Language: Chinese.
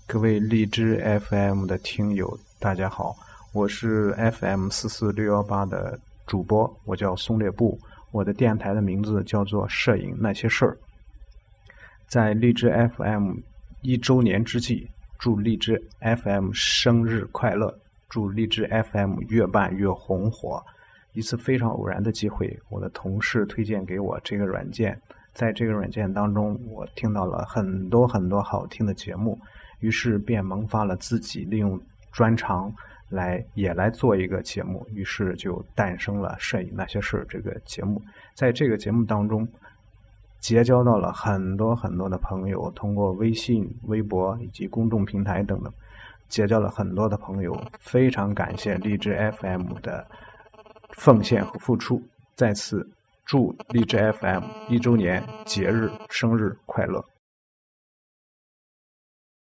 各位荔枝 FM 的听友大家好，我是 FM44618 的主播，我叫松烈布，我的电台的名字叫做摄影那些事儿。在荔枝 FM 1周年之际，祝荔枝 FM 生日快乐，祝荔枝 FM 越办越红火。一次非常偶然的机会，我的同事推荐给我这个软件，在这个软件当中，我听到了很多好听的节目，于是便萌发了自己利用专长也来做一个节目，于是就诞生了摄影那些事这个节目。在这个节目当中结交到了很多的朋友，通过微信、微博以及公众平台等等结交了很多的朋友，非常感谢荔枝 FM 的奉献和付出，在此祝荔枝 FM 1周年节日生日快乐。